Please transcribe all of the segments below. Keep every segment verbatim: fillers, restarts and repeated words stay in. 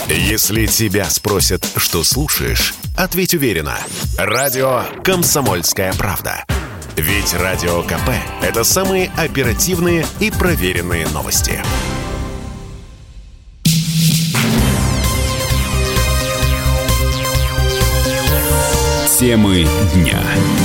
Если тебя спросят, что слушаешь, ответь уверенно. Радио «Комсомольская правда». Ведь Радио КП – это самые оперативные и проверенные новости. Темы дня.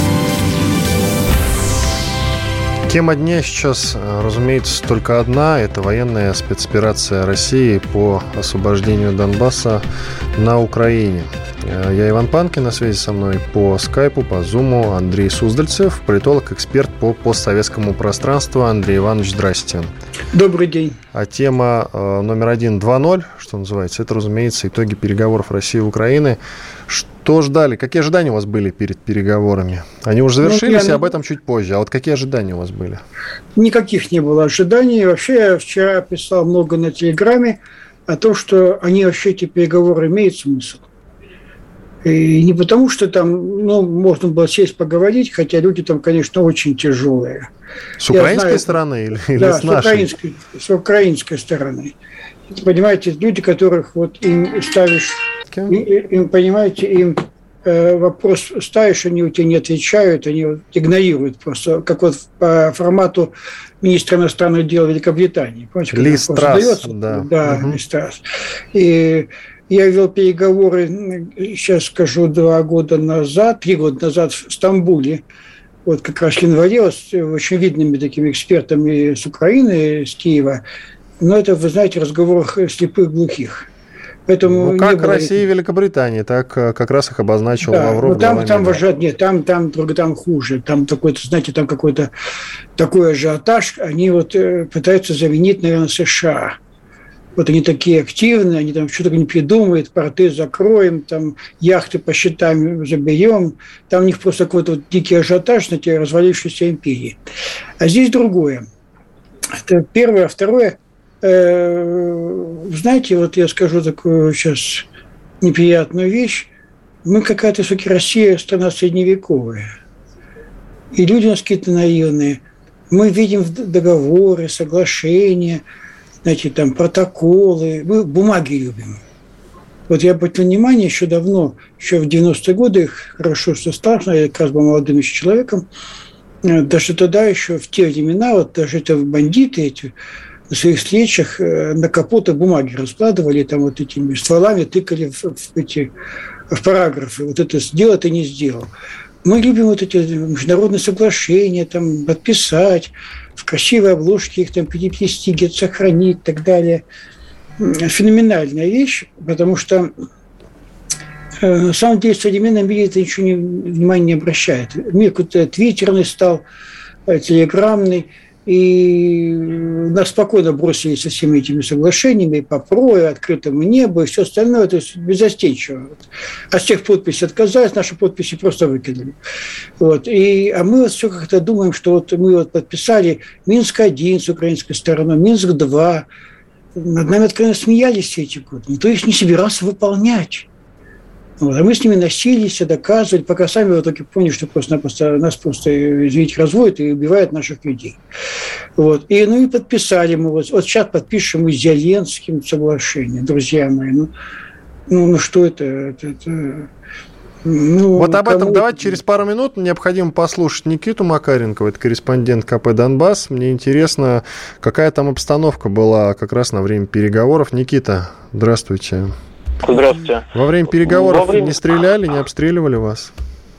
Тема дня сейчас, разумеется, только одна. Это военная спецоперация России по освобождению Донбасса на Украине. Я Иван Панкин, на связи со мной по скайпу, по зуму Андрей Суздальцев, политолог-эксперт по постсоветскому пространству. Андрей Иванович, здрасте. Добрый день. А тема э, номер один два ноль, что называется, это, разумеется, итоги переговоров России и Украины. Что ждали? Какие ожидания у вас были перед переговорами? Они уже завершились, ну, я... и об этом чуть позже. А вот какие ожидания у вас были? Никаких не было ожиданий. Вообще, я вчера писал много на Телеграме о том, что они вообще, эти переговоры, имеют смысл. И не потому, что там, ну, можно было сесть поговорить, хотя люди там, конечно, очень тяжелые. С украинской знаю, стороны или, или да, с нашей? С украинской, с украинской стороны. Понимаете, люди, которых вот им ставишь, им, им, понимаете, им э, вопрос ставишь, они у тебя не отвечают, они вот игнорируют просто, как вот по формату министра иностранных дел Великобритании. Помните, Лиз Трасс, да. Да, угу. Лиз Трасс. И я вел переговоры, сейчас скажу, два года назад, три года назад в Стамбуле, вот как раз в январе, с очень видными такими экспертами с Украины, с Киева. Но это, вы знаете, в разговорах слепых глухих. Поэтому ну, как не было... Россия и Великобритания, так как раз их обозначил да, Лавров. Ну, там, там, вожат, нет, там, там, там хуже. Там такой-то, знаете, там какой-то такой ажиотаж. Они вот пытаются заменить, наверное, США. Вот они такие активные, они там что-то не придумывают, порты закроем, там яхты по счетам заберем. Там у них просто какой-то вот дикий ажиотаж на те развалившейся империи. А здесь другое. Это первое. Второе. Знаете, вот я скажу такую сейчас неприятную вещь. Мы какая-то все-таки Россия, страна средневековая. И люди у нас какие-то наивные. Мы видим договоры, соглашения, знаете, там протоколы. Мы бумаги любим. Вот я обратил внимание еще давно, еще в девяностые годы, хорошо, что страшно, я как раз был молодым еще человеком, даже тогда еще в те времена, вот даже это бандиты эти, на своих встречах на капоты бумаги раскладывали, там вот этими стволами тыкали в, в эти в параграфы. Вот это сделал, это не сделал. Мы любим вот эти международные соглашения, там, подписать, в красивой обложке их там переплести, где-то сохранить и так далее. Феноменальная вещь, потому что э, на самом деле в современном мире это ничего не, внимания не обращает. Мир какой-то твиттерный стал, э, телеграммный, и нас спокойно бросили со всеми этими соглашениями по ПРО, и открытому небу, и все остальное, то есть безостенчиво. От всех подписей отказались, наши подписи просто выкинули. Вот. И, а мы вот все как-то думаем, что вот мы вот подписали Минск один с украинской стороны, Минск два. Над нами откровенно смеялись все эти годы. Никто их не собирался выполнять. Вот. А мы с ними носились, доказывали, пока сами в итоге поняли, что просто-напросто нас просто, извините, разводят и убивают наших людей. Вот. И, ну, и подписали мы. Вот, вот сейчас подпишем мы с Зеленским соглашение, друзья мои. Ну, ну, ну что это? это, это ну, вот об этом кому... давайте через пару минут. Необходимо послушать Никиту Макаренкова, это корреспондент КП «Донбасс». Мне интересно, какая там обстановка была как раз на время переговоров. Никита, здравствуйте. Здравствуйте. Во время переговоров Во время... не стреляли, не обстреливали вас?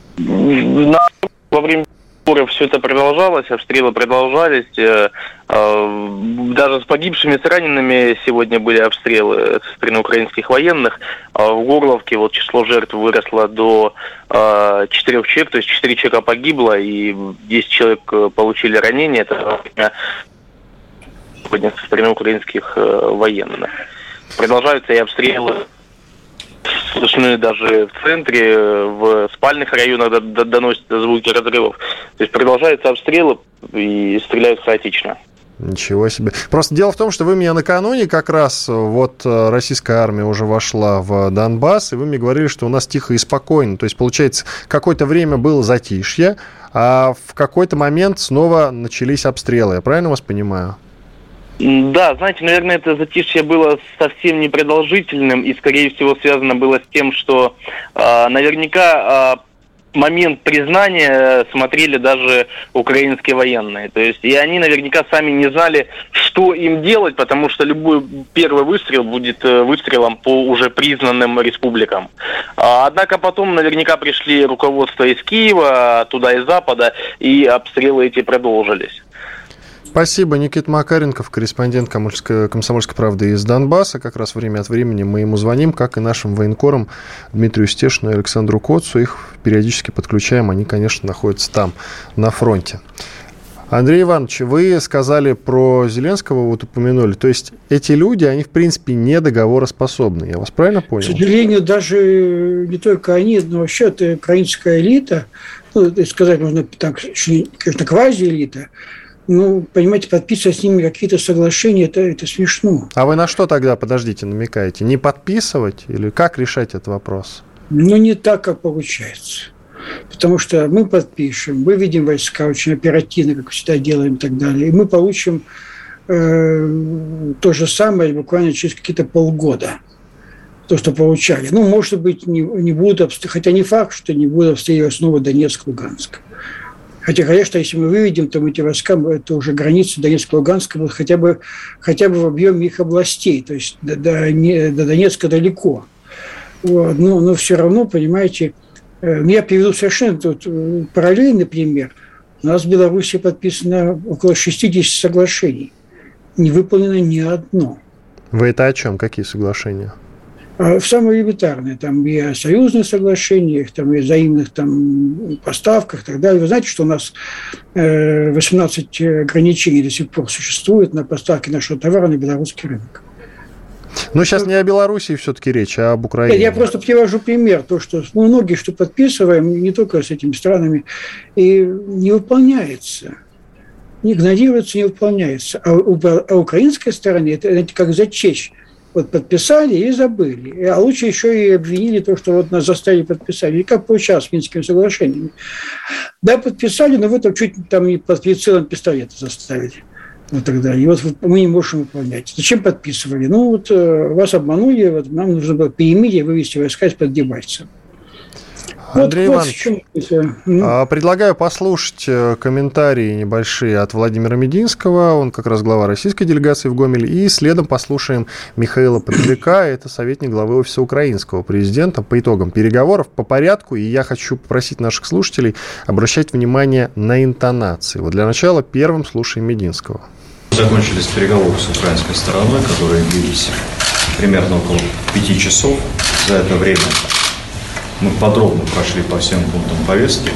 Во время переговоров все это продолжалось, обстрелы продолжались. Даже с погибшими, с ранеными сегодня были обстрелы со стороны украинских военных. В Горловке вот число жертв выросло до четырех человек, то есть четыре человека погибло и десять человек получили ранения. Это сегодня со стороны украинских военных. Продолжаются и обстрелы. Слышны даже в центре, в спальных районах доносятся звуки разрывов. То есть продолжаются обстрелы и стреляют хаотично. Ничего себе. Просто дело в том, что вы меня накануне как раз, вот российская армия уже вошла в Донбасс, и вы мне говорили, что у нас тихо и спокойно. То есть, получается, какое-то время было затишье, а в какой-то момент снова начались обстрелы. Я правильно вас понимаю? Да, знаете, наверное, это затишье было совсем непродолжительным и, скорее всего, связано было с тем, что э, наверняка э, момент признания смотрели даже украинские военные. То есть и они наверняка сами не знали, что им делать, потому что любой первый выстрел будет э, выстрелом по уже признанным республикам. А, однако потом наверняка пришли руководство из Киева, туда из Запада, и обстрелы эти продолжились. Спасибо. Никита Макаренков, корреспондент «Комсомольской правды» из Донбасса. Как раз время от времени мы ему звоним, как и нашим военкорам Дмитрию Стешину и Александру Коцу. Их периодически подключаем. Они, конечно, находятся там, на фронте. Андрей Иванович, вы сказали про Зеленского, вот упомянули. То есть эти люди, они, в принципе, не договороспособны. Я вас правильно понял? К сожалению, даже не только они, но вообще это украинская элита, ну, сказать можно так, конечно, квази-элита. Ну, понимаете, подписывать с ними какие-то соглашения, это, это смешно. А вы на что тогда, подождите, намекаете? Не подписывать или как решать этот вопрос? Ну, не так, как получается. Потому что мы подпишем, выведем войска очень оперативно, как всегда делаем и так далее, и мы получим э, то же самое буквально через какие-то полгода. То, что получали. Ну, может быть, не, не будут обстреливать, хотя не факт, что не будут обстреливать снова Донецк, Луганск. Хотя, конечно, если мы выведем, то эти войска, это уже границы Донецка и Луганска будут хотя бы, хотя бы в объеме их областей, то есть до, до, не, до Донецка далеко. Вот. Но, но все равно, понимаете, я приведу совершенно тут параллельный пример. У нас в Беларуси подписано около шестьдесят соглашений. Не выполнено ни одно. Вы это о чем? Какие соглашения? В самые элементарные, там и о союзных соглашениях, там, и о взаимных там, поставках и так далее. Вы знаете, что у нас восемнадцать ограничений до сих пор существует на поставки нашего товара на белорусский рынок. Ну, сейчас не о Белоруссии все-таки речь, а об Украине. Я просто привожу пример, то, что мы многие что подписываем, не только с этими странами, и не выполняется. Не игнорируется, не выполняется. А у, а украинской стороны это, это как зачесть. Вот подписали и забыли. А лучше еще и обвинили то, что вот нас заставили подписать. И как получалось с Минскими соглашениями. Да, подписали, но вы там чуть там и под прицелом пистолета заставили. Вот тогда. И вот мы не можем выполнять. Зачем подписывали? Ну, вот вас обманули, вот нам нужно было перемирие вывести войска из-под Дебальцева. Андрей вот, Иванович, вот предлагаю послушать комментарии небольшие от Владимира Мединского, он как раз глава российской делегации в Гомеле, и следом послушаем Михаила Подоляка, это советник главы Офиса украинского президента, по итогам переговоров по порядку, и я хочу попросить наших слушателей обращать внимание на интонации. Вот для начала первым слушаем Мединского. Закончились переговоры с украинской стороной, которые длились примерно около пяти часов. За это время мы подробно прошли по всем пунктам повестки,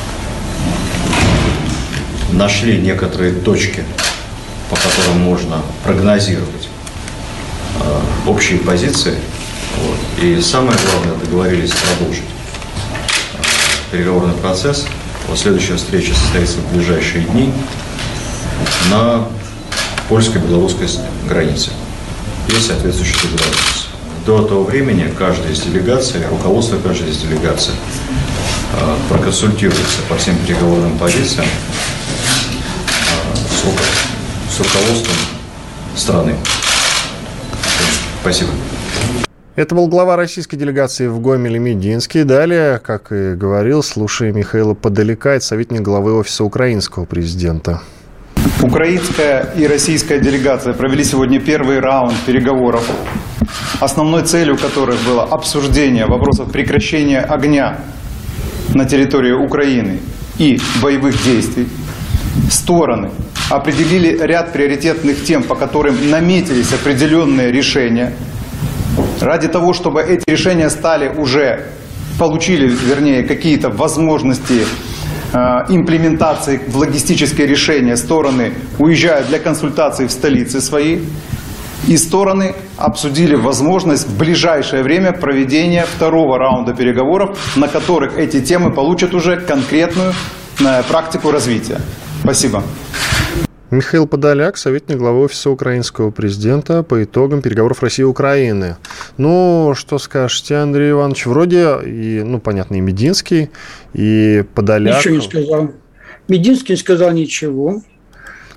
нашли некоторые точки, по которым можно прогнозировать э, общие позиции. Вот. И самое главное, договорились продолжить э, переговорный процесс. Вот следующая встреча состоится в ближайшие дни на польско-белорусской границе. Есть соответствующие договоренности. До того времени каждая из делегаций, руководство каждой из делегаций э, проконсультируется по всем переговорным позициям э, с, с руководством страны. Спасибо. Это был глава российской делегации в Гомеле Мединский. Далее, как и говорил, слушаем Михаила Подоляка, это советник главы Офиса украинского президента. Украинская и российская делегация провели сегодня первый раунд переговоров, основной целью которых было обсуждение вопросов прекращения огня на территории Украины и боевых действий. Стороны определили ряд приоритетных тем, по которым наметились определенные решения. Ради того, чтобы эти решения стали уже, получили, вернее, какие-то возможности имплементации в логистические решения, стороны уезжают для консультаций в столицы свои, и стороны обсудили возможность в ближайшее время проведения второго раунда переговоров, на которых эти темы получат уже конкретную практику развития. Спасибо. Михаил Подоляк, советник главы Офиса украинского президента по итогам переговоров России и Украины. Ну, что скажете, Андрей Иванович? Вроде, и, ну, понятно, и Мединский, и Подоляк. Ничего не сказал. Мединский не сказал ничего.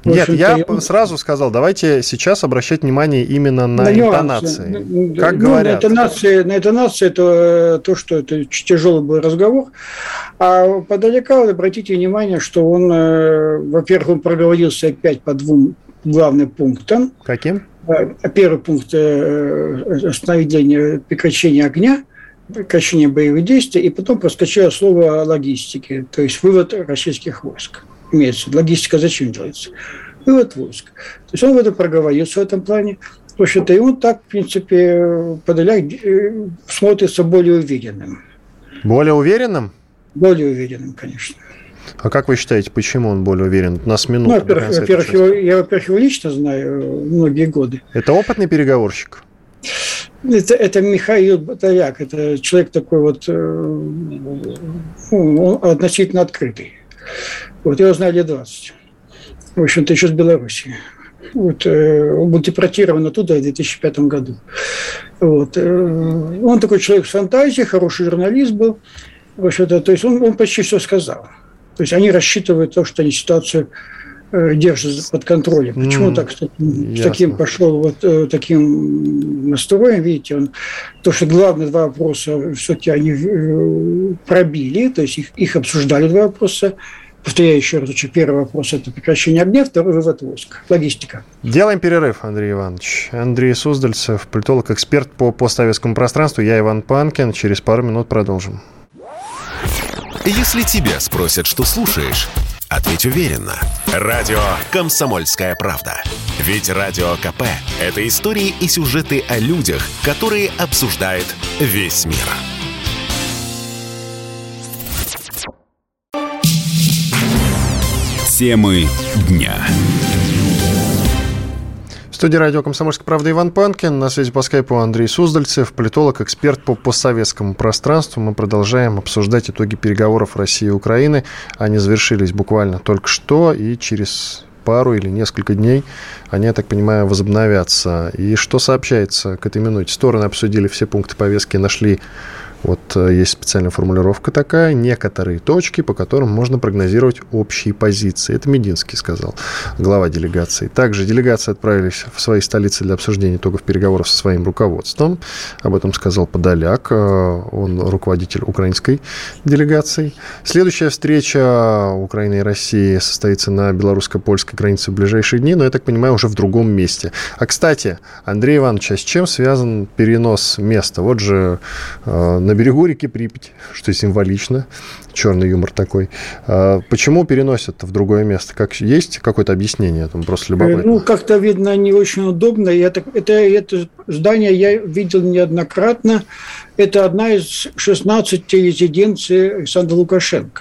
Нет, я он... сразу сказал, давайте сейчас обращать внимание именно на, на интонации. Нюансы. Как ну, говорят. На интонации, на интонации это то, что это тяжелый был разговор. А подалека обратите внимание, что он, во-первых, он проговорился опять по двум главным пунктам. Каким? Первый пункт – остановление прекращения огня, прекращение боевых действий, и потом проскочило слово логистики, то есть вывод российских войск. Имеется. Логистика зачем делается? Вывод войск. То есть он в этом проговорился в этом плане. В общем-то, и он так, в принципе, подаляк смотрится более уверенным. Более уверенным? Более уверенным, конечно. А как вы считаете, почему он более уверен? У нас минута. Ну, во-первых, во-первых его, я, во-первых, его лично знаю многие годы. Это опытный переговорщик? Это, это Михаил Батаяк. Это человек такой вот, ну, он относительно открытый. Вот, я его знаю лет двадцать. В общем-то, еще с Белоруссии. Вот, он был депортирован оттуда в две тысячи пятом году. Вот. Он такой человек с фантазией, хороший журналист был. В общем-то, то есть он, он почти все сказал. То есть они рассчитывают то, что они ситуацию э, держат под контролем. Почему mm, так с таким, с таким пошел вот э, таким настроем? Видите, он, то, что главные два вопроса все-таки они э, пробили, то есть их, их обсуждали два вопроса. Повторяю еще раз, первый вопрос – это прекращение огня, второй – вывод войск, логистика. Делаем перерыв, Андрей Иванович. Андрей Суздальцев, политолог, эксперт по постсоветскому пространству. Я Иван Панкин. Через пару минут продолжим. Если тебя спросят, что слушаешь, ответь уверенно. Радио «Комсомольская правда». Ведь Радио КП – это истории и сюжеты о людях, которые обсуждает весь мир. Темы дня. В студии радио «Комсомольская правда» Иван Панкин. На связи по скайпу Андрей Суздальцев, политолог, эксперт по постсоветскому пространству. Мы продолжаем обсуждать итоги переговоров России и Украины. Они завершились буквально только что, и через пару или несколько дней они, я так понимаю, возобновятся. И что сообщается к этой минуте? Стороны обсудили все пункты повестки, нашли, вот есть специальная формулировка такая, некоторые точки, по которым можно прогнозировать общие позиции. Это Мединский сказал, глава делегации. Также делегации отправились в свои столицы для обсуждения итогов переговоров со своим руководством. Об этом сказал Подоляк, он руководитель украинской делегации. Следующая встреча Украины и России состоится на белорусско-польской границе в ближайшие дни, но, я так понимаю, уже в другом месте. А, кстати, Андрей Иванович, а с чем связан перенос места? Вот же на берегу реки Припять, что символично, черный юмор такой. Почему переносят в другое место? Как, есть какое-то объяснение этому? Просто любопытно. Ну, как-то, видно, не очень удобно. Я так, это, это здание я видел неоднократно. Это одна из шестнадцати резиденций Александра Лукашенко.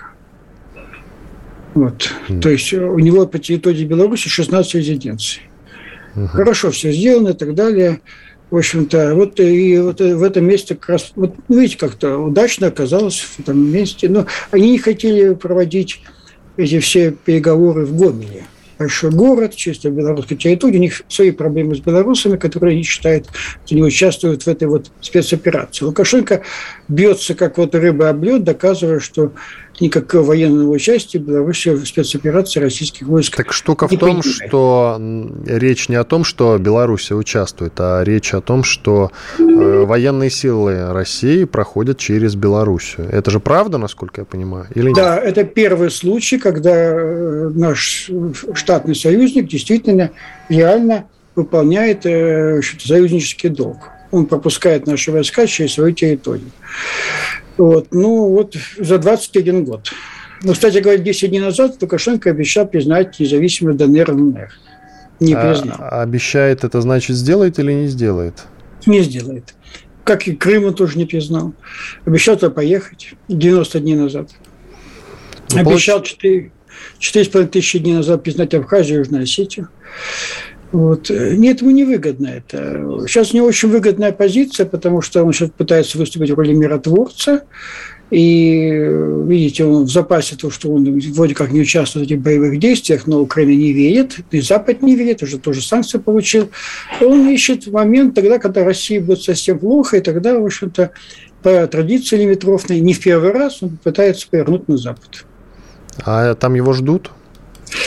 Вот. Mm. То есть у него по территории Беларуси шестнадцать резиденций. Uh-huh. Хорошо все сделано и так далее. В общем-то, вот и вот в этом месте как раз, вот видите, как-то удачно оказалось в этом месте. Но они не хотели проводить эти все переговоры в Гомеле. Большой город, чисто белорусская территория. У них свои проблемы с белорусами, которые они считают, что не участвуют в этой вот спецоперации. Лукашенко бьется, как вот рыба об лед, доказывая, что никакого военного участия в Беларуси в спецоперации российских войск. Так штука в том, что речь не о том, что Беларусь участвует, а речь о том, что военные силы России проходят через Белоруссию. Это же правда, насколько я понимаю, или нет? Да, это первый случай, когда наш штатный союзник действительно реально выполняет союзнический долг. Он пропускает наши войска через свою территорию. Вот. Ну, вот за двадцать один год. Ну, кстати говоря, десять дней назад Лукашенко обещал признать независимость ДНР и ЛНР. Не признал. А, обещает, это значит, сделает или не сделает? Не сделает. Как и Крым он тоже не признал. Обещал туда поехать девяносто дней назад. Ну, обещал четыре с половиной тысячи дней назад признать Абхазию и Южную Осетию. Вот. Нет, ему невыгодно это. Сейчас у него очень выгодная позиция, потому что он сейчас пытается выступить в роли миротворца. И, видите, он в запасе то, что он вроде как не участвует в этих боевых действиях, но Украина не верит, и Запад не верит, уже тоже санкции получил. Он ищет момент тогда, когда России будет совсем плохо, и тогда, в общем-то, по традиции лимитрофной, не в первый раз он пытается повернуть на Запад. А там его ждут?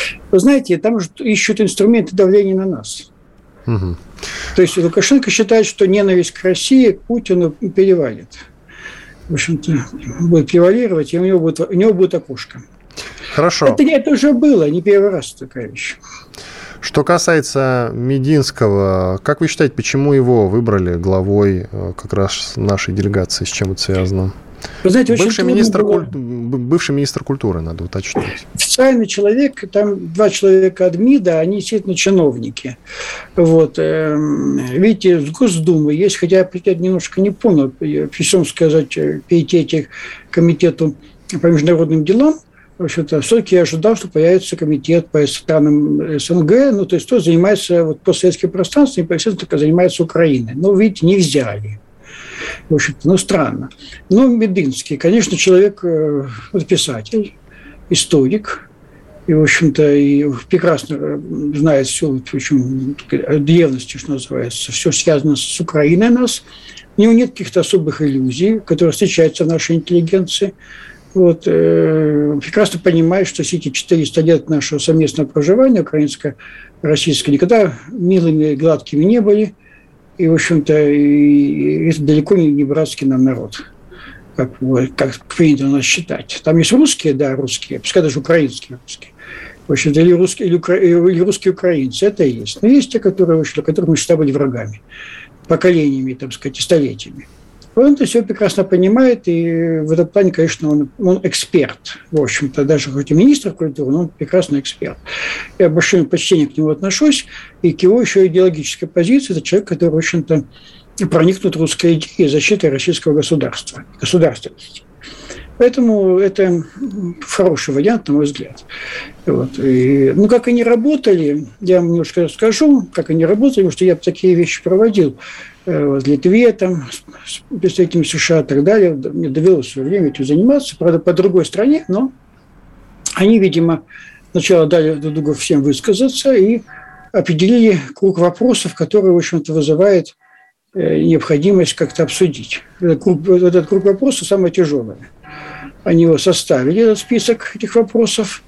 Вы знаете, там же ищут инструменты давления на нас. Угу. То есть Лукашенко считает, что ненависть к России к Путину перевалит. В общем-то, будет превалировать, и у него будет, у него будет окошко. Хорошо. Это, это уже было, не первый раз такая вещь. Что касается Мединского, как вы считаете, почему его выбрали главой как раз нашей делегации, с чем это связано? Вы знаете, бывший, министр, было... куль... бывший министр культуры, надо уточнить. Официальный человек, там два человека от МИДа, они действительно чиновники. Вот. Видите, с Госдумы есть, хотя я немножко не понял, при всем сказать, пиетете к комитету по международным делам, в общем-то, все-таки я ожидал, что появится комитет по странам СНГ, ну, то есть, кто занимается вот, постсоветским пространством, и, естественно, только занимается Украиной. Но, видите, не взяли. В общем-то, ну, странно. Ну, Мединский, конечно, человек, писатель, историк, и, в общем-то, и прекрасно знает все, в общем, древности, что называется, все связано с Украиной нас. У него нет каких-то особых иллюзий, которые встречаются в нашей интеллигенции. Вот, э, прекрасно понимает, что все эти четыреста лет нашего совместного проживания украинско-российского никогда милыми и гладкими не были. И, в общем-то, и это далеко не братский нам народ, как, как принято у нас считать. Там есть русские, да, русские, пускай даже украинские русские. В общем-то, или русские, или, укра... или русские украинцы, это и есть. Но есть те, которые, в общем, которые мы всегда были врагами, поколениями, так сказать, и столетиями. Он это все прекрасно понимает, и в этом плане, конечно, он, он эксперт. В общем-то, даже хоть и министр культуры, но он прекрасный эксперт. Я большое почтение к нему отношусь, и к его еще идеологической позиции. Это человек, который, в общем-то, проникнут русской идеей защиты российского государства, государственности. Поэтому это хороший вариант, на мой взгляд. Вот. И, ну, как они работали, я вам немножко расскажу, как они работали, потому что я такие вещи проводил в Литве, там, с представителями США и так далее. Мне довелось в свое время этим заниматься, правда, по другой стране, но они, видимо, сначала дали друг другу всем высказаться и определили круг вопросов, которые, в общем-то, вызывает необходимость как-то обсудить. Этот круг, этот круг вопросов самое тяжелое. Они его составили, этот список этих вопросов.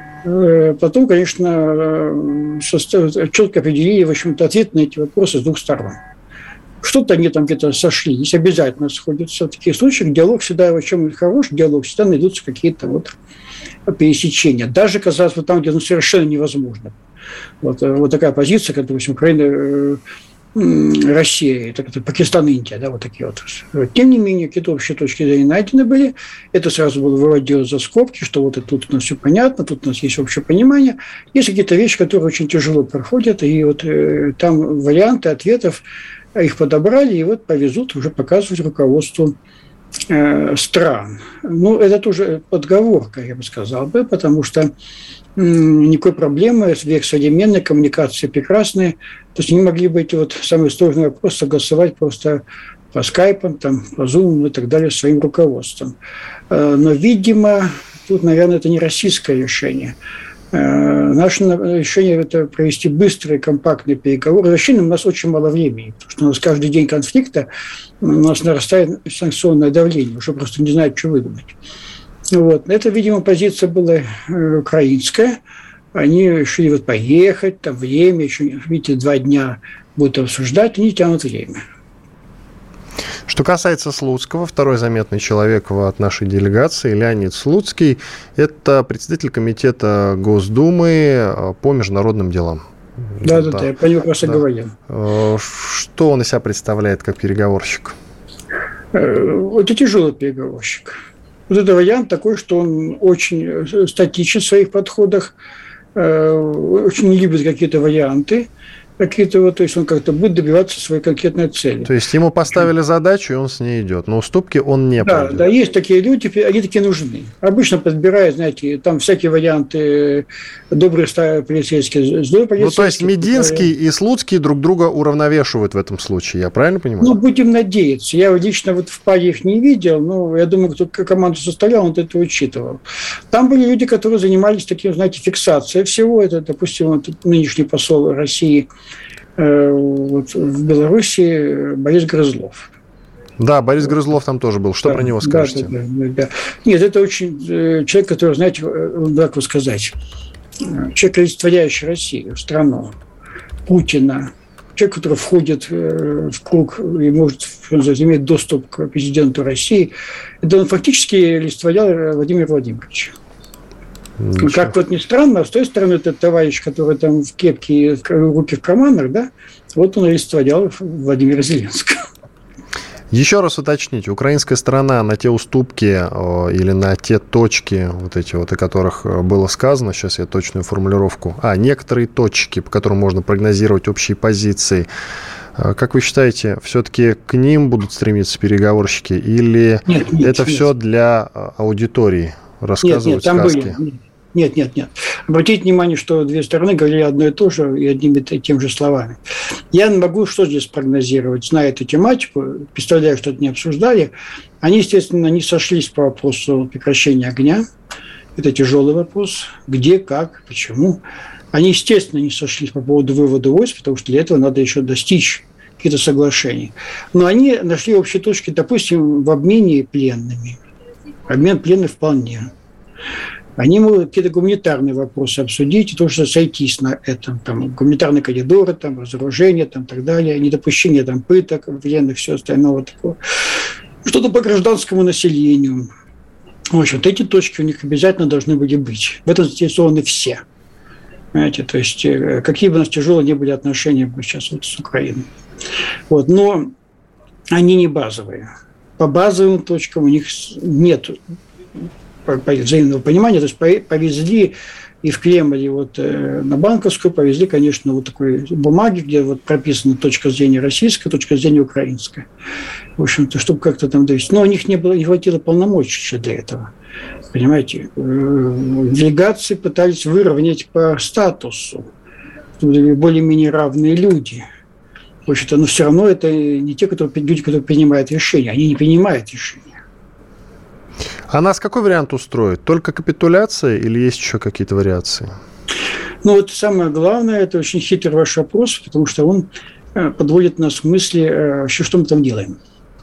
Потом, конечно, четко определили, в общем-то, ответ на эти вопросы с двух сторон. Что-то они там где-то сошлись, обязательно сходятся. В таких случаях диалог всегда, в чем хороший диалог, всегда найдутся какие-то вот пересечения. Даже, казалось бы, там, где ну, совершенно невозможно. Вот, вот такая позиция, как, допустим, Украина, Россия, это, это Пакистан, Индия, да, вот такие вот. Тем не менее, какие-то общие точки зрения найдены были. Это сразу было выводилось за скобки, что вот и тут у нас все понятно, тут у нас есть общее понимание. Есть какие-то вещи, которые очень тяжело проходят, и вот э, там варианты ответов, их подобрали, и вот повезут уже показывать руководству э, стран. Ну, это тоже подговорка, я бы сказал бы, потому что м- никакой проблемы, век современной, коммуникации прекрасные, то есть не могли бы эти вот самые сложные вопросы согласовать просто по скайпам, там, по зуму и так далее своим руководством. Э, но, видимо, тут, наверное, это не российское решение. Наше решение – это провести быстрые, компактные переговоры. Зачем у нас очень мало времени, потому что у нас каждый день конфликта, у нас нарастает санкционное давление, уже просто не знают, что выдумать. Вот. Это, видимо, позиция была украинская. Они решили вот поехать, там время, еще, видите, два дня будут обсуждать, они тянут время. Что касается Слуцкого, второй заметный человек от нашей делегации, Леонид Слуцкий, это председатель комитета Госдумы по международным делам. Да, да, да, я по нему как раз и говорил. Что он из себя представляет как переговорщик? Это тяжелый переговорщик. Вот это вариант такой, что он очень статичен в своих подходах, очень не любит какие-то варианты. Какие-то вот, то есть он как-то будет добиваться своей конкретной цели. То есть ему поставили задачу, и он с ней идет. Но уступки он не да, пойдет. Да, есть такие люди, они такие нужны. Обычно подбирают, знаете, там всякие варианты, добрые старые полицейские, злые полицейские. Ну, то есть Мединский и Слуцкий друг друга уравновешивают в этом случае, я правильно понимаю? Ну, будем надеяться. Я лично вот в паре их не видел, но я думаю, кто команду составлял, он это учитывал. Там были люди, которые занимались таким, знаете, фиксацией всего. Это, допустим, вот нынешний посол России вот, в Беларуси Борис Грызлов. Да, Борис Грызлов там тоже был. Что да, про него скажете? Да, да, да, да. Нет, это очень человек, который, знаете, как бы сказать, человек, олицетворяющий Россию, страну, Путина, человек, который входит в круг и может, что называется, иметь доступ к президенту России, это он фактически олицетворял Владимира Владимировича. Ничего. Как вот ни странно, а с той стороны этот товарищ, который там в кепке и руки в карманах, да, вот он олицетворял Владимира Зеленского. Еще раз уточните, украинская сторона на те уступки о, или на те точки, вот эти вот, о которых было сказано, сейчас я точную формулировку, а, некоторые точки, по которым можно прогнозировать общие позиции, как вы считаете, все-таки к ним будут стремиться переговорщики или нет, нет, это нет. все для аудитории? Рассказывать нет, нет, там сказки. Были. Нет, нет, нет. Обратите внимание, что две стороны говорили одно и то же и одними и тем же словами. Я не могу что здесь прогнозировать, зная эту тематику, представляю, что это не обсуждали. Они, естественно, не сошлись по вопросу прекращения огня. Это тяжелый вопрос. Где, как, почему. Они, естественно, не сошлись по поводу вывода войск, потому что для этого надо еще достичь каких-то соглашений. Но они нашли общие точки, допустим, в обмене пленными. Обмен пленных вполне. Они могут какие-то гуманитарные вопросы обсудить и тоже сойтись на этом. Там, гуманитарные коридоры, там, разоружение, там, так далее, недопущение там, пыток, пленных, все остальное такое. Что-то по гражданскому населению. В общем, вот эти точки у них обязательно должны были быть. В этом заинтересованы все. Понимаете, то есть, какие бы у нас тяжелые не были отношения сейчас вот с Украиной. Вот, но они не базовые. По базовым точкам у них нет взаимного понимания. То есть повезли и в Кремль вот, на Банковскую, повезли, конечно, вот такой бумаги, где вот прописана точка зрения российская, точка зрения украинская. В общем-то, чтобы как-то там довести. Но у них не было, не хватило полномочий для этого. Понимаете? Делегации пытались выровнять по статусу, чтобы были более-менее равные люди. В общем-то, но все равно это не те, которые, люди, которые принимают решения. Они не принимают решения. А нас какой вариант устроит? Только капитуляция или есть еще какие-то вариации? Ну, вот самое главное, это очень хитрый ваш вопрос, потому что он подводит нас к мысли, вообще, что мы там делаем.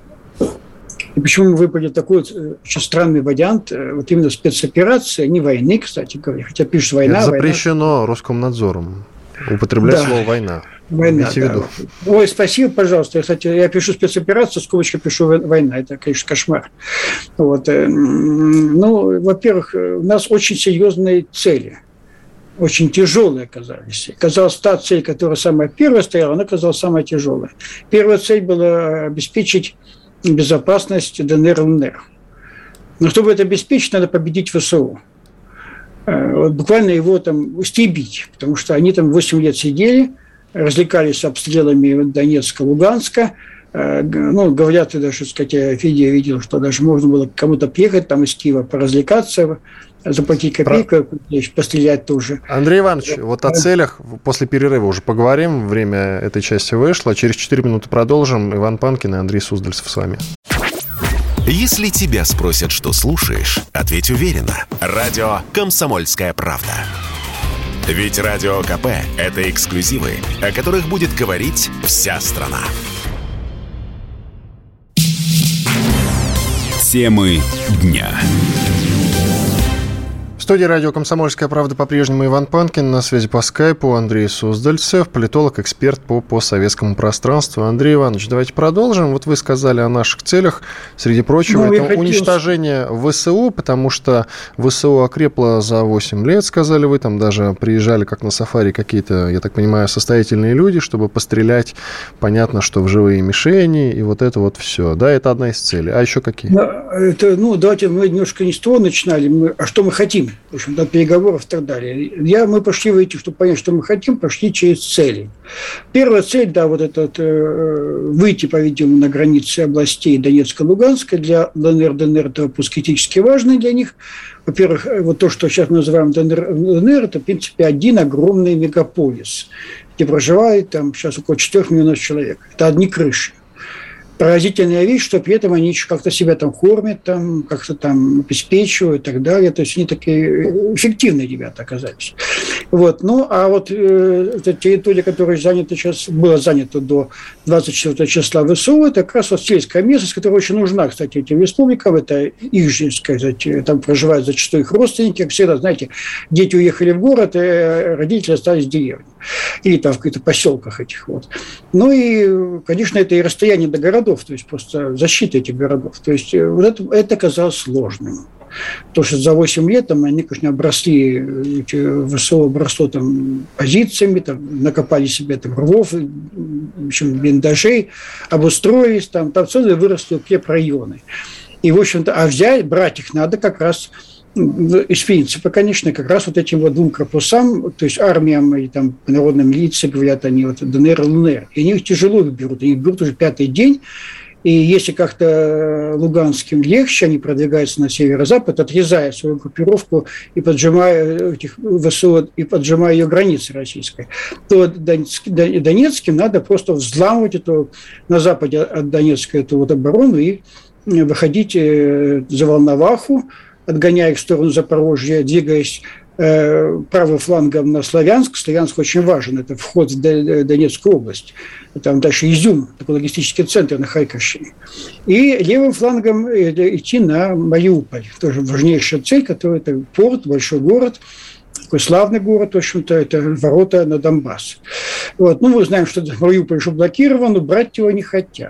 И почему мы выбрали такой вот очень странный вариант, вот именно спецоперации, не войны, кстати говоря, хотя пишут война. Это запрещено война. Роскомнадзором употреблять да. слово «война». Война, да. Ой, спасибо, пожалуйста. Я, кстати, я пишу спецоперацию, скобочка пишу война. Это, конечно, кошмар. Вот. Ну, во-первых, у нас очень серьезные цели. Очень тяжелые оказались. Казалось, та цель, которая самая первая стояла, она казалась самая тяжелая. Первая цель была обеспечить безопасность ДНР и ЛНР. Но чтобы это обеспечить, надо победить ВСУ. Вот буквально его там истребить, потому что они там восемь лет сидели, развлекались обстрелами Донецка, Луганска. Ну, говорят, и даже, сказать, я видео видел, что даже можно было кому-то приехать там из Киева поразвлекаться, заплатить копейку, Про... пострелять тоже. Андрей Иванович, вот о целях после перерыва уже поговорим. Время этой части вышло. Через четыре минуты продолжим. Иван Панкин и Андрей Суздальцев с вами. Если тебя спросят, что слушаешь, ответь уверенно. Радио «Комсомольская правда». Ведь Радио КП – это эксклюзивы, о которых будет говорить вся страна. Темы дня. В студии радио «Комсомольская правда» по-прежнему Иван Панкин. На связи по скайпу Андрей Суздальцев, политолог, эксперт по постсоветскому пространству. Андрей Иванович, давайте продолжим. Вот вы сказали о наших целях. Среди прочего, ну, это хотел... уничтожение ВСУ, потому что ВСУ окрепло за восемь лет, сказали вы. Там даже приезжали, как на сафари, какие-то, я так понимаю, состоятельные люди, чтобы пострелять, понятно, что в живые мишени, и вот это вот все. Да, это одна из целей. А еще какие? Да, это, ну, давайте мы немножко не с того начинали. Мы, а что мы хотим? В общем, до переговоров и так далее. Я, мы пошли выйти, чтобы понять, что мы хотим, пошли через цели. Первая цель, да, вот этот, э, выйти, по-видимому, на границы областей Донецка и Луганска. Для ЛНР, ДНР это вопрос критически важный для них. Во-первых, вот то, что сейчас мы называем ДНР, ЛНР, это, в принципе, один огромный мегаполис, где проживает там сейчас около четырёх миллионов человек. Это одни крыши. поразительная вещь, что при этом они еще как-то себя там кормят, там, как-то там обеспечивают и так далее. То есть они такие эффективные ребята оказались. Вот. Ну, а вот э, эта территория, которая занята сейчас, была занята до двадцать четвёртого числа ВСУ, это как раз вот сельская местность, которая очень нужна, кстати, этим республикам. Это их же, сказать, там проживают зачастую их родственники. Как всегда, знаете, дети уехали в город, а родители остались в деревне. Или там в каких-то поселках этих вот. Ну и, конечно, это и расстояние до городов, то есть просто защита этих городов. То есть вот это, это казалось сложным. Потому что за восемь лет там, они, конечно, обросли, ВСУ обросло там, позициями, там, накопали себе там, рвов, в общем, блиндажей, обустроились, там, там целые выросли укрепрайоны. И, в общем-то, а взять, брать их надо как раз из принципа, конечно, как раз вот этим вот двум корпусам, то есть армиям и там народным милициям, говорят они, вот ДНР, ЛНР, и они их тяжело их берут, они их берут уже пятый день, и если как-то луганским легче, они продвигаются на северо-запад, отрезая свою группировку и поджимая этих ВСУ, и поджимая ее границы российской, то Донецким надо просто взламывать эту, на западе от Донецка эту вот оборону и выходить за Волноваху, отгоняя их в сторону Запорожья, двигаясь э, правым флангом на Славянск. Славянск очень важен, это вход в Донецкую область. Там дальше Изюм, такой логистический центр на Харьковщине. И левым флангом идти на Мариуполь. Тоже важнейшая цель, которая это порт, большой город, такой славный город, в общем-то, это ворота на Донбасс. Вот. Ну, мы знаем, что Мариуполь уже блокирован, но брать его не хотят.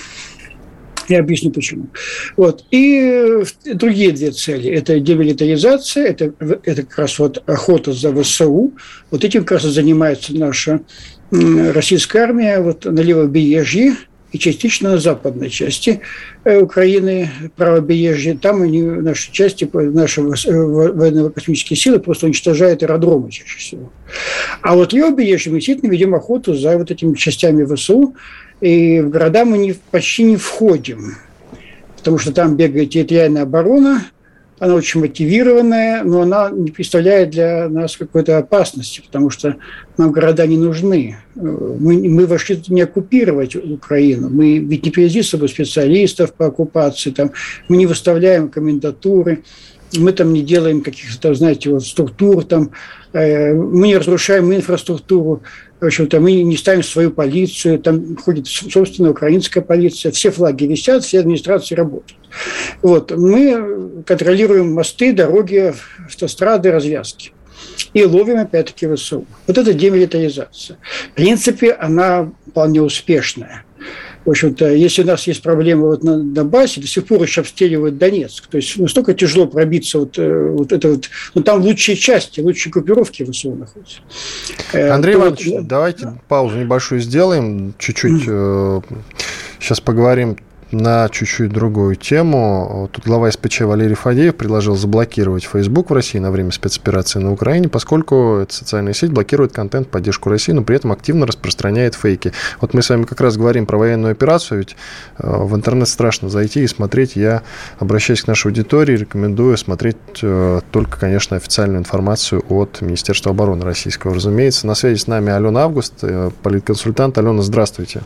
Я объясню, почему. Вот. И другие две цели. Это демилитаризация, это, это как раз вот охота за ВСУ. Вот этим как раз занимается наша российская армия вот на левобережье и частично на западной части Украины, правобережье. Там они, наши части, наши военно-космические силы просто уничтожают аэродромы чаще всего. А вот левобережье мы действительно ведем охоту за вот этими частями ВСУ, и в города мы не, почти не входим, потому что там бегает территориальная оборона, она очень мотивированная, но она не представляет для нас какой-то опасности, потому что нам города не нужны. Мы, мы вошли не оккупировать Украину, мы ведь не привезли с собой специалистов по оккупации, там, мы не выставляем комендатуры, мы там не делаем каких-то, знаете, вот структур, там, э, мы не разрушаем инфраструктуру, в общем-то, мы не ставим свою полицию, там ходит собственная украинская полиция, все флаги висят, все администрации работают. Вот, мы контролируем мосты, дороги, автострады, развязки. И ловим, опять-таки, ВСУ. Вот это демилитаризация. В принципе, она вполне успешная. В общем-то, если у нас есть проблемы вот на Донбассе, до сих пор еще обстреливают Донецк. То есть настолько тяжело пробиться вот, вот это вот. Ну, там лучшие части, лучшие группировки ВСУ находятся. Андрей То Иванович, вот, давайте да. паузу небольшую сделаем. Чуть-чуть mm. э, сейчас поговорим на чуть-чуть другую тему. Тут глава СПЧ Валерий Фадеев предложил заблокировать Facebook в России на время спецоперации на Украине, поскольку эта социальная сеть блокирует контент в поддержку России, но при этом активно распространяет фейки. Вот мы с вами как раз говорим про военную операцию, ведь в интернет страшно зайти и смотреть. Я, обращаясь к нашей аудитории, рекомендую смотреть только, конечно, официальную информацию от Министерства обороны российского, разумеется. На связи с нами Алена Август, политконсультант. Алена, здравствуйте.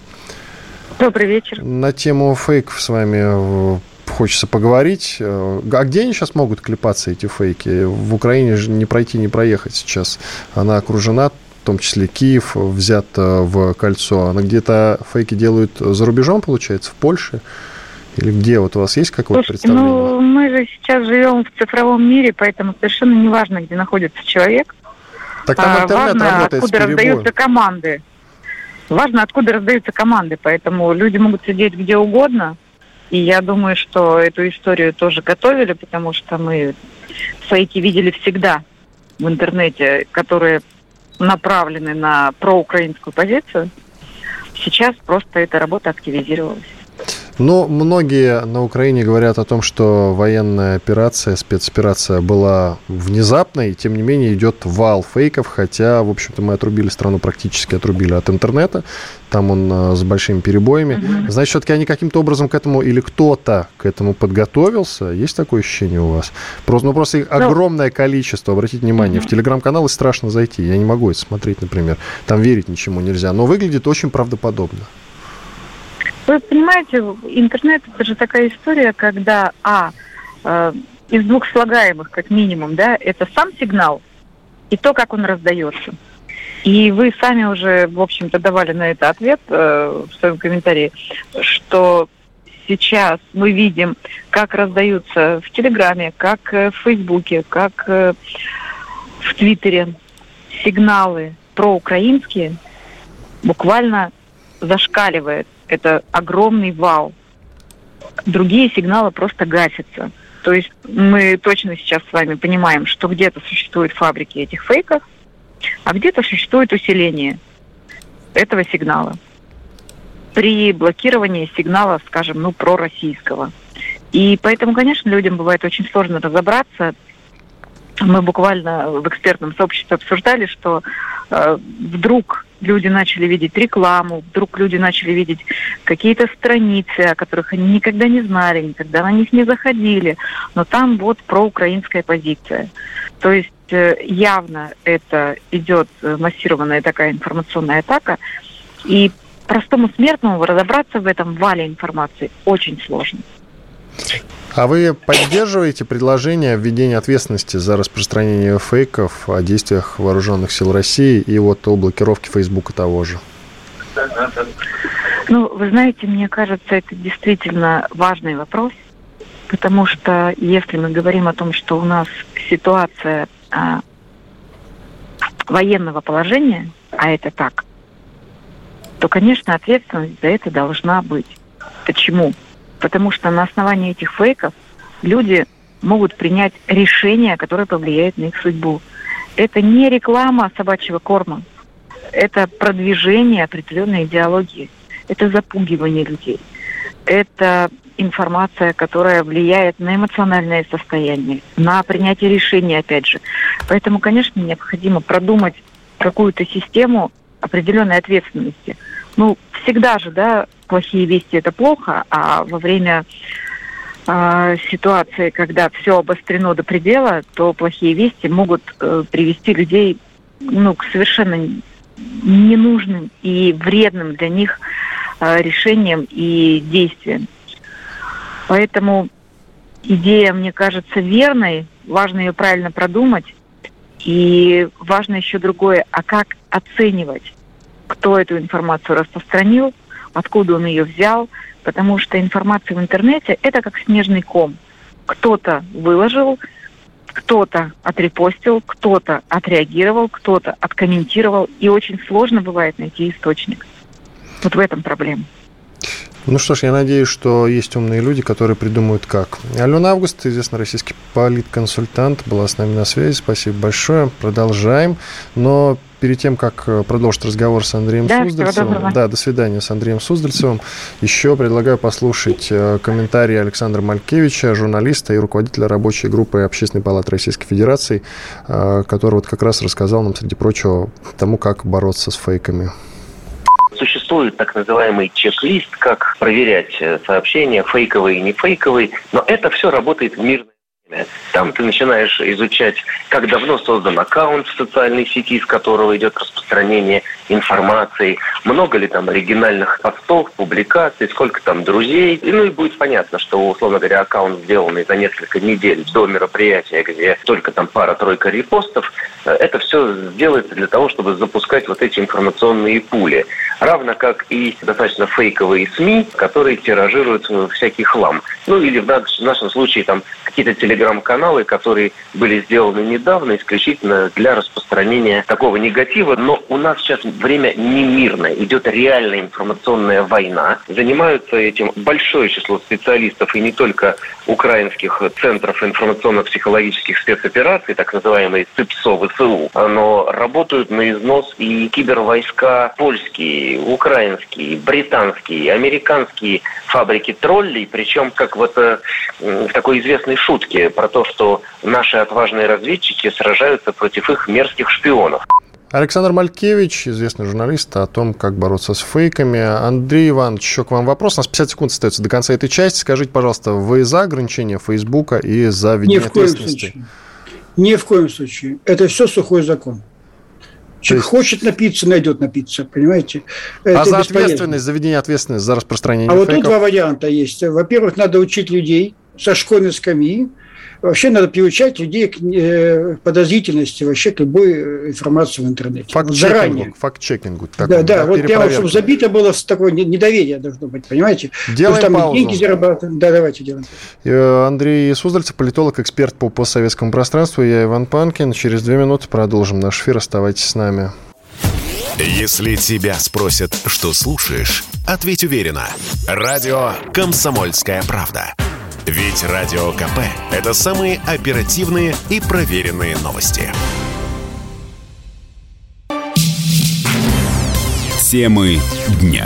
Добрый вечер. На тему фейков с вами хочется поговорить. А где они сейчас могут клепаться, эти фейки? В Украине же не пройти, не проехать сейчас. Она окружена, в том числе Киев взят в кольцо. Она где-то фейки делают за рубежом, получается, в Польше? Или где? Вот у вас есть какое-то Слушайте, представление? ну, мы же сейчас живем в цифровом мире, поэтому совершенно не важно, где находится человек. Так там интернет важно, работает откуда с перебоем. раздаются команды. Важно, откуда раздаются команды, поэтому люди могут сидеть где угодно. И я думаю, что эту историю тоже готовили, потому что мы фейки видели всегда в интернете, которые направлены на проукраинскую позицию. Сейчас просто эта работа активизировалась. Но многие на Украине говорят о том, что военная операция, спецоперация была внезапной, и тем не менее идет вал фейков, хотя, в общем-то, мы отрубили страну, практически отрубили от интернета, там он с большими перебоями. Mm-hmm. Значит, все-таки они каким-то образом к этому, или кто-то к этому подготовился? Есть такое ощущение у вас? Просто, ну, просто их огромное количество, обратите внимание, mm-hmm. в телеграм-каналы страшно зайти, я не могу это смотреть, например, там верить ничему нельзя, но выглядит очень правдоподобно. Вы понимаете, интернет – это же такая история, когда, а, э, из двух слагаемых, как минимум, да, это сам сигнал и то, как он раздается. И вы сами уже, в общем-то, давали на это ответ э, в своем комментарии, что сейчас мы видим, как раздаются в Телеграме, как э, в Фейсбуке, как э, в Твиттере сигналы проукраинские, буквально зашкаливает. Это огромный вал. Другие сигналы просто гасятся. То есть мы точно сейчас с вами понимаем, что где-то существуют фабрики этих фейков, а где-то существует усиление этого сигнала при блокировании сигнала, скажем, ну, пророссийского. И поэтому, конечно, людям бывает очень сложно разобраться. Мы буквально в экспертном сообществе обсуждали, что э, вдруг люди начали видеть рекламу, вдруг люди начали видеть какие-то страницы, о которых они никогда не знали, никогда на них не заходили, но там вот проукраинская позиция. То есть э, явно это идет массированная такая информационная атака, и простому смертному разобраться в этом вале информации очень сложно. А вы поддерживаете предложение введения ответственности за распространение фейков о действиях вооруженных сил России и вот о блокировке Фейсбука того же? Ну, вы знаете, мне кажется, это действительно важный вопрос, потому что если мы говорим о том, что у нас ситуация а, военного положения, а это так, то, конечно, ответственность за это должна быть. Почему? Потому что на основании этих фейков люди могут принять решение, которое повлияет на их судьбу. Это не реклама собачьего корма. Это продвижение определенной идеологии. Это запугивание людей. Это информация, которая влияет на эмоциональное состояние, на принятие решений, опять же. Поэтому, конечно, необходимо продумать какую-то систему определенной ответственности. Ну, всегда же, да, плохие вести – это плохо, а во время э, ситуации, когда все обострено до предела, то плохие вести могут э, привести людей, ну, к совершенно ненужным и вредным для них э, решениям и действиям. Поэтому идея, мне кажется, верной, важно ее правильно продумать, и важно еще другое, а как оценивать, кто эту информацию распространил, откуда он ее взял, потому что информация в интернете – это как снежный ком. Кто-то выложил, кто-то отрепостил, кто-то отреагировал, кто-то откомментировал, и очень сложно бывает найти источник. Вот в этом проблема. Ну что ж, я надеюсь, что есть умные люди, которые придумают как. Алена Август, известный российский политконсультант, была с нами на связи. Спасибо большое. Продолжаем. Но перед тем, как продолжить разговор с Андреем да, Суздальцевым, да, до свидания с Андреем Суздальцевым, еще предлагаю послушать комментарии Александра Малькевича, журналиста и руководителя рабочей группы Общественной палаты Российской Федерации, который вот как раз рассказал нам, среди прочего, тому, как бороться с фейками. Существует так называемый чек-лист, как проверять сообщения, фейковые и не фейковые, но это все работает в мирное время. Там ты начинаешь изучать, как давно создан аккаунт в социальной сети, с которого идет распространение информации, много ли там оригинальных постов, публикаций, сколько там друзей. И, ну и будет понятно, что, условно говоря, аккаунт, сделанный за несколько недель до мероприятия, где только там пара-тройка репостов, это все делается для того, чтобы запускать вот эти информационные пули. Равно как и достаточно фейковые СМИ, которые тиражируют всякий хлам. Ну или в нашем случае там какие-то телеграм-каналы, которые были сделаны недавно исключительно для распространения такого негатива. Но у нас сейчас время не мирное, идет реальная информационная война. Занимаются этим большое число специалистов, и не только украинских центров информационно-психологических спецопераций, так называемые ЦИПСО, ВСУ, но работают на износ и кибервойска польские, украинские, британские, американские фабрики троллей, причем как вот э, в такой известной шутке про то, что наши отважные разведчики сражаются против их мерзких шпионов. Александр Малькевич, известный журналист, о том, как бороться с фейками. Андрей Иванович, еще к вам вопрос. У нас пятьдесят секунд остается до конца этой части. Скажите, пожалуйста, вы за ограничение Фейсбука и за введение ответственности? Ни в коем случае. Не в коем случае. Это все сухой закон. Человек есть... хочет напиться, найдет напиться, понимаете? А это за ответственность, за введение ответственности за распространение А фейков? вот тут два варианта есть. Во-первых, надо учить людей со школьной скамьи. Вообще надо приучать людей к подозрительности вообще к любой информации в интернете. Факт-чекингу. Факт-чекингу такому, да, да, да, вот прямо, чтобы забито было такое недоверие должно быть, понимаете? Делаем там паузу. Деньги зарабатывают. Да, давайте делаем. Андрей Суздальцев, политолог, эксперт по постсоветскому пространству. Я Иван Панкин. Через две минуты продолжим наш эфир. Оставайтесь с нами. Если тебя спросят, что слушаешь, ответь уверенно. Радио «Комсомольская правда». Ведь Радио КП – это самые оперативные и проверенные новости. Темы дня.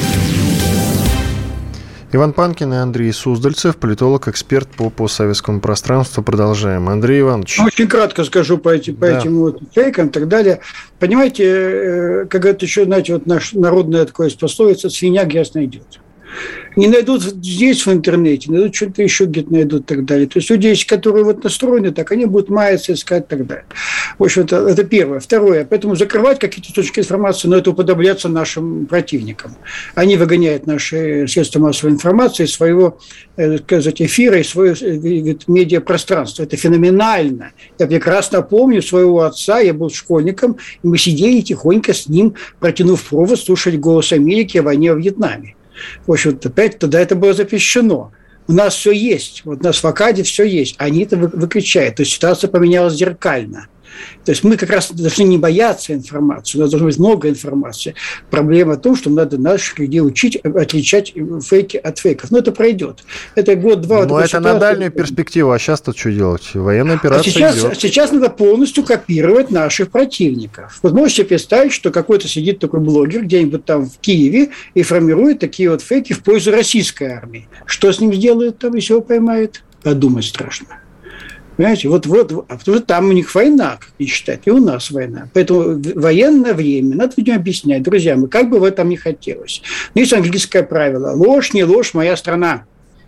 Иван Панкин и Андрей Суздальцев, политолог, эксперт по постсоветскому пространству. Продолжаем. Андрей Иванович. Очень кратко скажу по этим, по да. этим вот фейкам и так далее. Понимаете, как это еще, знаете, вот наш народное такое пословица: свинья грязь найдет. Не найдут здесь в интернете, найдут что-то еще где-то найдут и так далее. То есть люди, которые вот настроены так, они будут маяться, искать и так далее. В общем, это, это первое. Второе. Поэтому закрывать какие-то точки информации, но это уподобляться нашим противникам. Они выгоняют наши средства массовой информации из своего, так сказать, эфира, из своего медиапространства. Это феноменально. Я прекрасно помню своего отца, я был школьником, и мы сидели тихонько с ним, протянув провод, слушали «Голос Америки» о войне во Вьетнаме. В общем, опять тогда это было запрещено. У нас все есть. Вот у нас в Акаде все есть. Они это выключают. То есть ситуация поменялась зеркально. То есть мы как раз должны не бояться информации. У нас должно быть много информации. Проблема в том, что надо наших людей учить отличать фейки от фейков. Но это пройдет. Это год-два. Но это на дальнюю перспективу. А сейчас-то что делать? Военная операция а сейчас, идет. Сейчас надо полностью копировать наших противников. Вот можете представить, что какой-то сидит такой блогер где-нибудь там в Киеве и формирует такие вот фейки в пользу российской армии. Что с ним сделают там, если его поймают? Подумать страшно. Понимаете, вот, вот, а потому что там у них война, как они считают, и у нас война. Поэтому военное время надо людям объяснять, друзья, мы как бы в этом не хотелось. Но есть английское правило: ложь, не ложь, моя страна.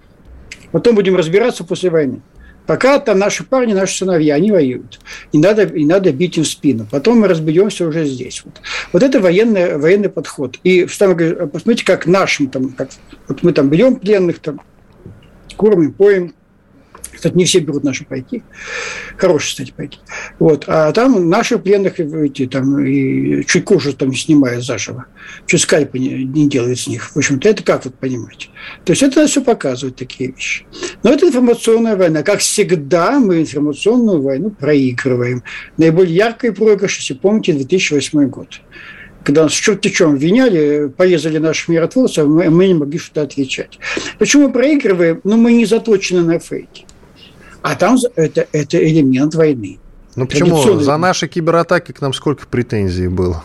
Потом будем разбираться после войны. Пока там наши парни, наши сыновья, они воюют. И надо, и надо бить им в спину. Потом мы разберемся уже здесь. Вот, вот это военный, военный подход. И посмотрите, как нашим, там, как, вот мы там берем пленных, там, кормим, поем. Кстати, не все берут наши пайки. Хорошие, кстати, пайки. Вот. А там наши пленных эти, там, и чуть кожу там снимают заживо. Чуть скальпы не, не делают с них. В общем-то, это как вот понимаете? То есть это все показывает такие вещи. Но это информационная война. Как всегда, мы информационную войну проигрываем. Наиболее яркий проигрыш, если помните, две тысячи восьмой год. Когда нас в черт-те чем обвиняли, порезали наших миротворцев, мы, мы не могли что-то отвечать. Почему мы проигрываем? Ну, мы не заточены на фейки. А там это, это элемент войны. Ну почему? За наши кибератаки к нам сколько претензий было?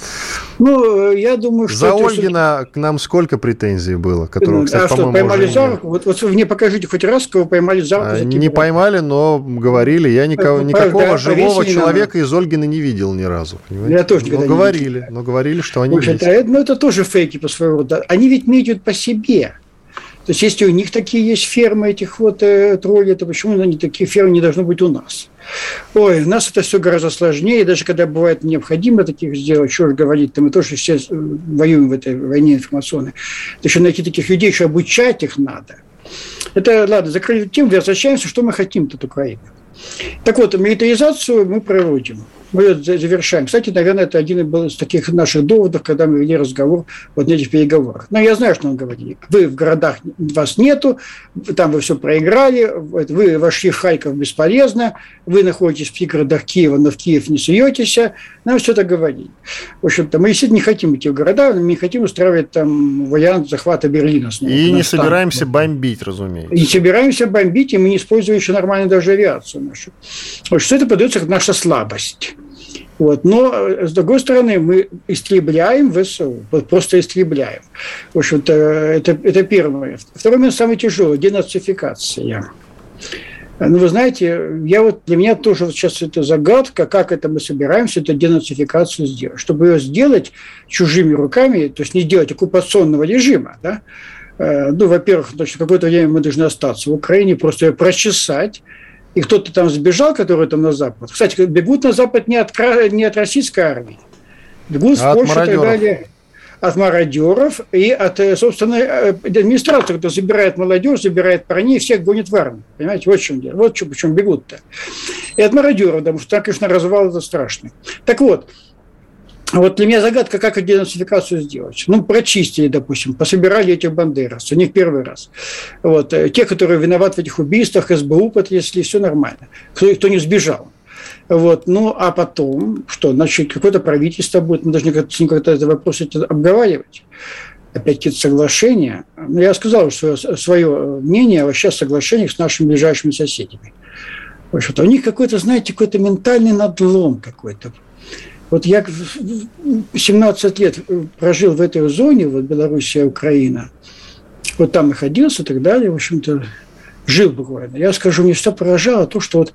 Ну, я думаю, что... За Ольгина что... к нам сколько претензий было? Которого, ну, кстати, а что, поймали за руку? Вот, вот вы мне покажите хоть раз, кого поймали за руку. А, за не поймали, но говорили. Я никого, никакого да, живого человека из Ольгина не видел ни разу. Понимаете? Я тоже никогда но не говорили, видел. Но говорили, что они Может, есть. Это, ну, это тоже фейки по своему роду. Они ведь медиют по себе. То есть, если у них такие есть фермы этих вот э, троллей, то почему они такие фермы не должны быть у нас? Ой, у нас это все гораздо сложнее. Даже когда бывает необходимо таких сделать, что же говорить, то мы тоже все воюем в этой войне информационной. То еще найти таких людей, еще обучать их надо. Это, ладно, закрыли тему, возвращаемся, что мы хотим тут Украины. Так вот, милитаризацию мы проводим. Мы ее завершаем. Кстати, наверное, это один из таких наших доводов, когда мы вели разговор вот на этих переговорах. Но я знаю, что он говорит. Вы в городах, вас нету, там вы все проиграли, вы вошли в Харьков бесполезно, вы находитесь в пригородах Киева, но в Киев не суетесь. Нам все это говорили. В общем-то, мы действительно не хотим идти в города, мы не хотим устраивать там вариант захвата Берлина. Снова, и не собираемся там бомбить, разумеется. И не собираемся бомбить, и мы не используем еще нормально даже авиацию нашу. Вот, что это подается как наша слабость. Вот. Но, с другой стороны, мы истребляем ВСУ, вот просто истребляем. В общем-то, это, это первое. Второй момент самый тяжелый – денацификация. Ну, вы знаете, я вот, для меня тоже вот сейчас это загадка, как это мы собираемся, эту денацификацию сделать. Чтобы ее сделать чужими руками, то есть не сделать оккупационного режима, да? Ну, во-первых, значит, какое-то время мы должны остаться в Украине, просто ее прочесать, и кто-то там сбежал, который там на Запад. Кстати, бегут на Запад не от, не от российской армии, бегут а в Польшу и так далее. От мародеров и от, собственно, администрации, кто забирает молодежь, забирает парней, всех гонит в армию. Понимаете, вот в чем дело. Вот почему бегут-то. И от мародеров, потому что там, конечно, развал это страшный. Так вот, вот для меня загадка, как денацификацию сделать. Ну, прочистили, допустим, пособирали этих бандеровцев, не в первый раз. Вот. Те, которые виноваты в этих убийствах, эс бэ у потрясли, все нормально. Кто, кто не сбежал. Вот. Ну, а потом, что, значит, какое-то правительство будет, мы должны с ним как-то этот вопрос обговаривать. Опять какие-то соглашения. Я сказал свое, свое мнение о сейчас соглашениях с нашими ближайшими соседями. В общем-то, у них какой-то, знаете, какой-то ментальный надлом какой-то. Вот я семнадцать лет прожил в этой зоне, вот Белоруссия, Украина. Вот там находился и так далее, в общем-то, жил буквально. Я скажу, мне что поражало, то, что вот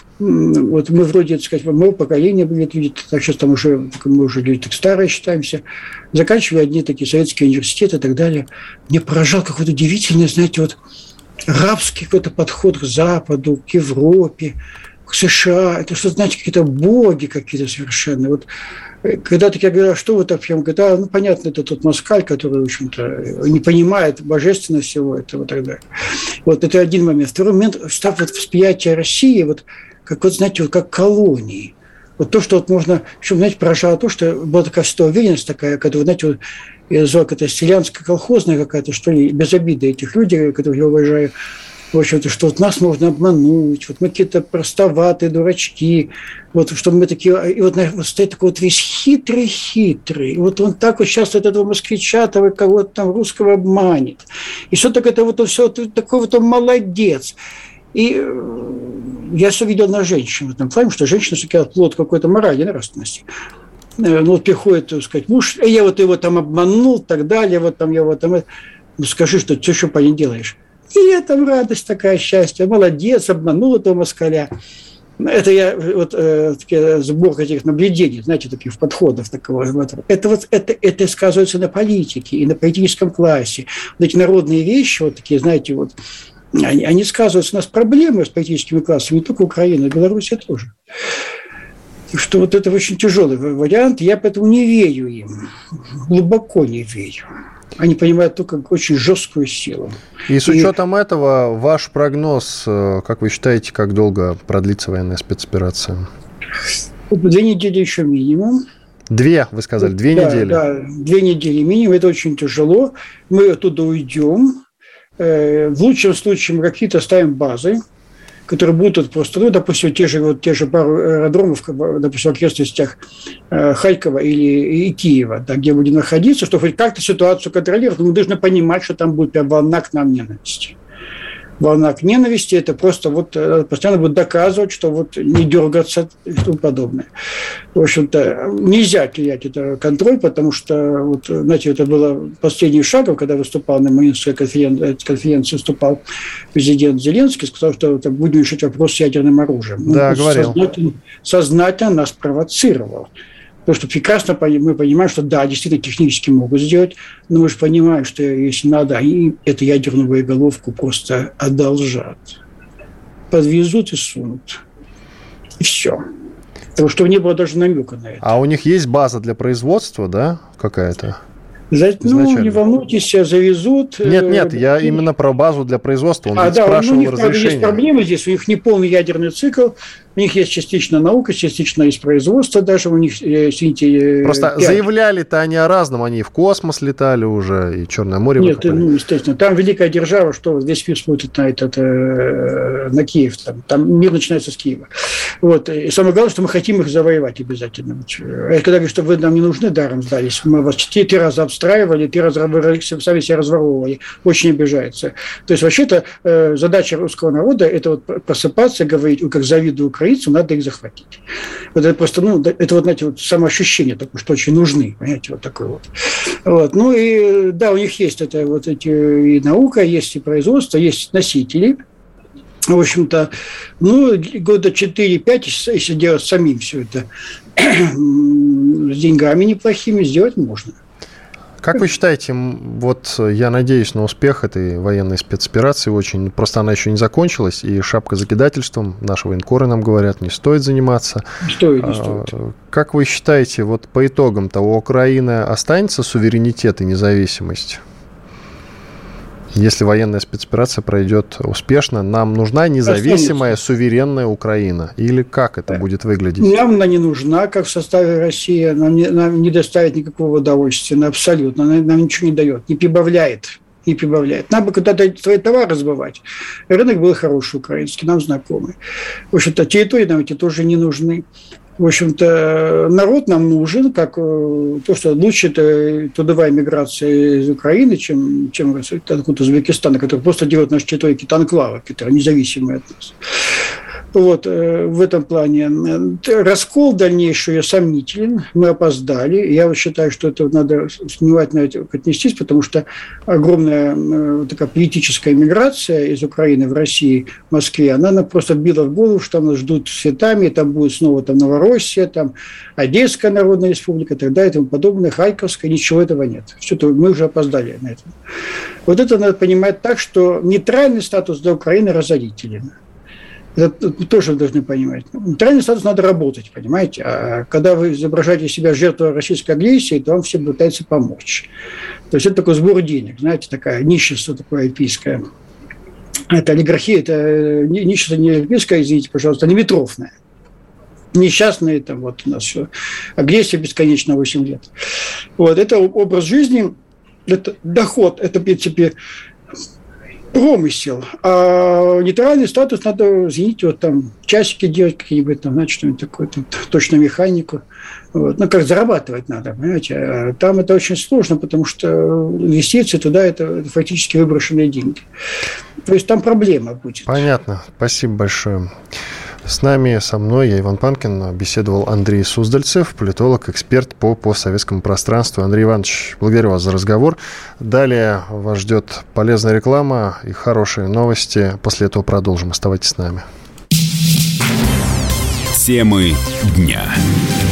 Вот мы вроде, так сказать, моего поколения были люди, так сейчас там уже, мы уже люди так старые считаемся, заканчивали одни такие советские университеты и так далее. Мне поражал какой-то удивительный, знаете, вот рабский какой-то подход к Западу, к Европе, к США. Это что, знаете, какие-то боги какие-то совершенно. Вот когда так я говорю, а что вы так прям говорите, а, ну, понятно, это тот москаль, который, в общем-то, не понимает божественность всего этого и так далее. Вот это один момент. Второй момент, став вот восприятие России, вот как вот, знаете, вот как колонии. Вот то, что вот можно... Еще, знаете, поражало то, что была такая уверенность такая, которая, знаете, вот, я называю, какая-то селянская, колхозная какая-то, что ли, без обиды этих людей, которых я уважаю. В общем-то, что вот нас можно обмануть, вот мы какие-то простоватые дурачки, вот что мы такие... И вот, вот стоит такой вот весь хитрый-хитрый. Вот он так вот сейчас от этого москвича, того кого-то там русского обманет. И что так это вот он все, такой вот он молодец. И я все видел на женщин в этом плане, что женщина все-таки плод какой-то морали, нравственности. Ну, вот приходит, так сказать, муж, я вот его там обманул, так далее, вот там я вот там... Ну, скажи, что ты что по ней делаешь? И это радость такая, счастье. Молодец, обманул этого москаля. Это я вот э, сбор этих наблюдений, знаете, таких подходов такого. Это вот это, это сказывается на политике и на политическом классе. Вот эти народные вещи, вот такие, знаете, вот они, они сказываются. У нас проблемы с политическими классами, не только Украина, Беларусь тоже. Что вот это очень тяжелый вариант, я поэтому не верю им, глубоко не верю. Они понимают только очень жесткую силу. И с учетом и... этого, ваш прогноз, как вы считаете, как долго продлится военная спецоперация? Две недели еще минимум. Две, вы сказали, две да, недели? Да, две недели минимум, это очень тяжело. Мы оттуда уйдем. В лучшем случае мы какие-то ставим базы, которые будут просто, ну, допустим, те же, вот, те же пару аэродромов, допустим, в окрестностях э, Харькова или и Киева, да, где будем находиться, чтобы хоть как-то ситуацию контролировать. Но мы должны понимать, что там будет прям волна к нам ненависти. Волна к ненависти – это просто вот постоянно будет доказывать, что вот не дергаться и тому подобное. В общем-то, нельзя терять этот контроль, потому что, вот, знаете, это было последним шагом, когда выступал на Минской конференции, конференции выступал президент Зеленский, сказал, что будем решать вопрос с ядерным оружием. Да, Он говорил. Сознательно, сознательно нас провоцировал. Потому что прекрасно мы понимаем, что да, действительно технически могут сделать, но мы же понимаем, что если надо, они эту ядерную боеголовку просто одолжат, подвезут и сунут. И все. Потому что не было даже намека на это. А у них есть база для производства, да, какая-то? Ну, не волнуйтесь, завезут. Нет, нет, я именно про базу для производства. Он а, да, спрашивал у них, разрешение. Правда, есть проблемы здесь, у них не полный ядерный цикл, у них есть частично наука, частично есть производство, даже у них, извините... Просто пять. Заявляли-то они о разном, они и в космос летали уже, и Черное море Нет, выкопали. ну, естественно, там великая держава, что весь мир смотрит на этот, на Киев, там, там мир начинается с Киева. Вот. И самое главное, что мы хотим их завоевать обязательно. Я когда говорю, что вы нам не нужны, даром сдались, мы вас четыре раза обстраивали, три раза вы сами себя разворовывали, очень обижается. То есть вообще-то задача русского народа – это вот просыпаться, говорить, как завидую украинцам, надо их захватить. Вот это просто, ну, это вот, знаете, вот самоощущение такое, что очень нужны, понимаете, вот такое вот. Вот. Ну и да, у них есть это вот эти и наука, есть и производство, есть носители. В общем-то, ну, года четыре-пять, если делать самим все это, с деньгами неплохими, сделать можно. Как вы считаете, вот я надеюсь на успех этой военной спецоперации очень, просто она еще не закончилась, и шапка закидательством, наши военкоры нам говорят, не стоит заниматься. Не стоит, не стоит. Как вы считаете, вот по итогам того, у Украины останется суверенитет и независимость? Если военная спецоперация пройдет успешно, нам нужна независимая, останется. суверенная Украина? Или как это будет выглядеть? Нам она не нужна, как в составе России. Нам не, нам не доставит никакого удовольствия, ну, абсолютно. Она нам ничего не дает, не прибавляет. Не прибавляет. Нам бы когда-то свои товары разбывать. Рынок был хороший украинский, нам знакомый. В общем-то, территории нам эти тоже не нужны. В общем-то, народ нам нужен, как то, что лучше это трудовая миграция из Украины, чем, чем откуда Узбекистана, который просто делает наши территории какие-то анклавы, которые независимые от нас. Вот, в этом плане раскол дальнейший сомнителен, мы опоздали. Я считаю, что это надо внимательно отнестись, потому что огромная такая политическая миграция из Украины в России, в Москве, она нам просто била в голову, что нас ждут цветами, там будет снова там Новороссия, там Одесская Народная Республика и так далее, и тому подобное, Харьковская, ничего этого нет. Все-то мы уже опоздали на это. Вот это надо понимать так, что нейтральный статус для Украины разорителен. Это тоже должны понимать. Нейтральный статус надо работать, понимаете? А когда вы изображаете себя жертвой российской агрессии, то вам все пытаются помочь. То есть это такой сбор денег, знаете, такая нищенство такое альпийское. Это олигархия, это нищенство не альпийское, извините, пожалуйста, а лимитрофное. Несчастные, там вот у нас все. Агрессия бесконечно восемь лет. Вот, это образ жизни, это доход, это, в принципе, промысел. А нейтральный статус надо, извините, вот там часики делать какие-нибудь, там, знаете, что-нибудь такое, там, точную механику. Вот. Ну, как зарабатывать надо, понимаете. А там это очень сложно, потому что инвестиции туда – это фактически выброшенные деньги. То есть там проблема будет. Понятно. Спасибо большое. С нами, со мной, я Иван Панкин, беседовал Андрей Суздальцев, политолог, эксперт по постсоветскому пространству. Андрей Иванович, благодарю вас за разговор. Далее вас ждет полезная реклама и хорошие новости. После этого продолжим. Оставайтесь с нами. Темы дня.